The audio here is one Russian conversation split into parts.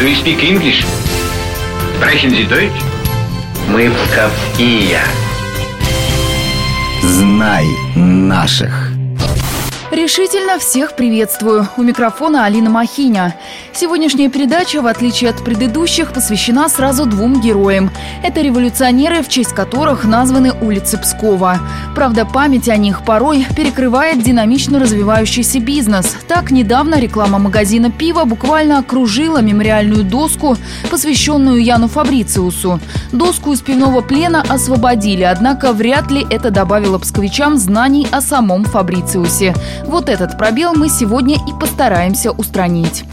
Do you speak English? Sprechen Sie Deutsch? Мы псковские. Знай наших. Решительно всех приветствую. У микрофона Алина Махиня. Сегодняшняя передача, в отличие от предыдущих, посвящена сразу двум героям. Это революционеры, в честь которых названы улицы Пскова. Правда, память о них порой перекрывает динамично развивающийся бизнес. Так, недавно реклама магазина пива буквально окружила мемориальную доску, посвященную Яну Фабрициусу. Доску из пивного плена освободили, однако вряд ли это добавило псковичам знаний о самом Фабрициусе. Вот этот пробел мы сегодня и постараемся устранить.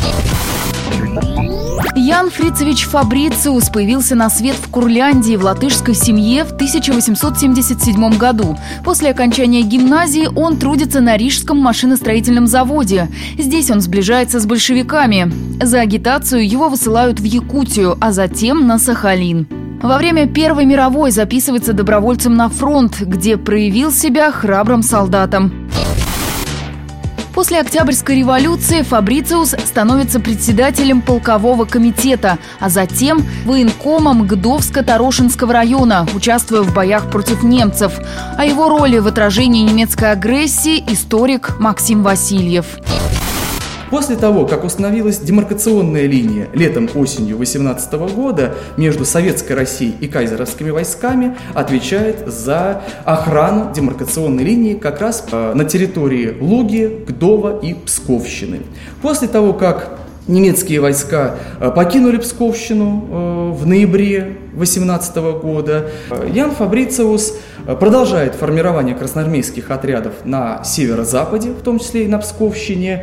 Ян Фрицевич Фабрициус появился на свет в Курляндии в латышской семье в 1877 году. После окончания гимназии он трудится на Рижском машиностроительном заводе. Здесь он сближается с большевиками. За агитацию его высылают в Якутию, а затем на Сахалин. Во время Первой мировой записывается добровольцем на фронт, где проявил себя храбрым солдатом. После Октябрьской революции Фабрициус становится председателем полкового комитета, а затем военкомом Гдовско-Тарошинского района, участвуя в боях против немцев. О его роли в отражении немецкой агрессии историк Максим Васильев. После того, как установилась демаркационная линия летом-осенью 18 года между Советской Россией и кайзеровскими войсками, отвечает за охрану демаркационной линии как раз на территории Луги, Гдова и Псковщины. После того, как немецкие войска покинули Псковщину в ноябре 18 года, Ян Фабрициус продолжает формирование красноармейских отрядов на северо-западе, в том числе и на Псковщине.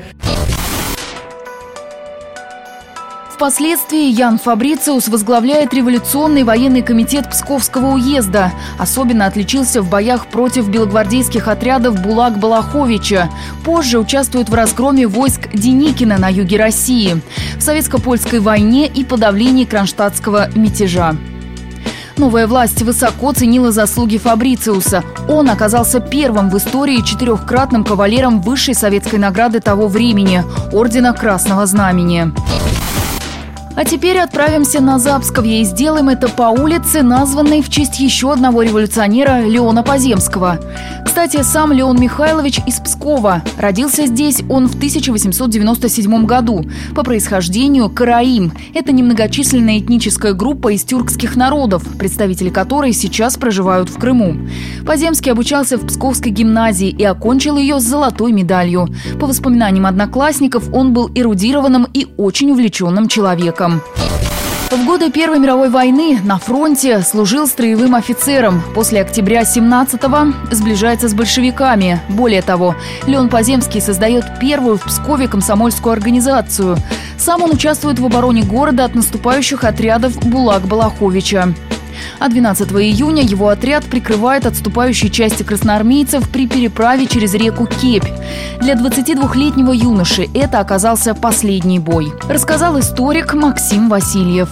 Впоследствии Ян Фабрициус возглавляет революционный военный комитет Псковского уезда. Особенно отличился в боях против белогвардейских отрядов Булак-Балаховича. Позже участвует в разгроме войск Деникина на юге России, в советско-польской войне и подавлении кронштадтского мятежа. Новая власть высоко ценила заслуги Фабрициуса. Он оказался первым в истории четырехкратным кавалером высшей советской награды того времени – Ордена Красного Знамени. А теперь отправимся на Запсковье и сделаем это по улице, названной в честь еще одного революционера Леона Поземского. Кстати, сам Леон Михайлович из Пскова. Родился здесь он в 1897 году. По происхождению караим. Это немногочисленная этническая группа из тюркских народов, представители которой сейчас проживают в Крыму. Поземский обучался в Псковской гимназии и окончил ее с золотой медалью. По воспоминаниям одноклассников, он был эрудированным и очень увлеченным человеком. В годы Первой мировой войны на фронте служил строевым офицером. После октября 17-го сближается с большевиками. Более того, Леон Поземский создает первую в Пскове комсомольскую организацию. Сам он участвует в обороне города от наступающих отрядов Булак-Балаховича. А 12 июня его отряд прикрывает отступающие части красноармейцев при переправе через реку Кепь. Для 22-летнего юноши это оказался последний бой, рассказал историк Максим Васильев.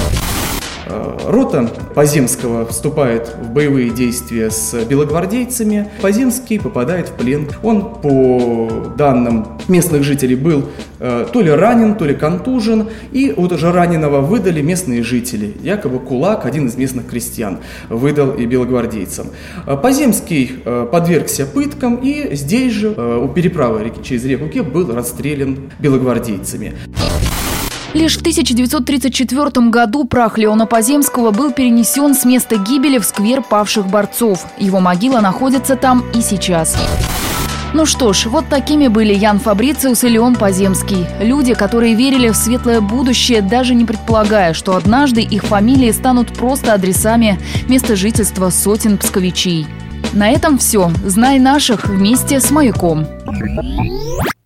Рота Поземского вступает в боевые действия с белогвардейцами. Поземский попадает в плен. Он, по данным местных жителей, был то ли ранен, то ли контужен. И вот уже раненого выдали местные жители. Якобы кулак, один из местных крестьян, выдал и белогвардейцам. Поземский подвергся пыткам и здесь же, у переправы через реку Кеп, был расстрелян белогвардейцами. Лишь в 1934 году прах Леона Поземского был перенесен с места гибели в сквер павших борцов. Его могила находится там и сейчас. Ну что ж, вот такими были Ян Фабрициус и Леон Поземский. Люди, которые верили в светлое будущее, даже не предполагая, что однажды их фамилии станут просто адресами места жительства сотен псковичей. На этом все. Знай наших вместе с «Маяком».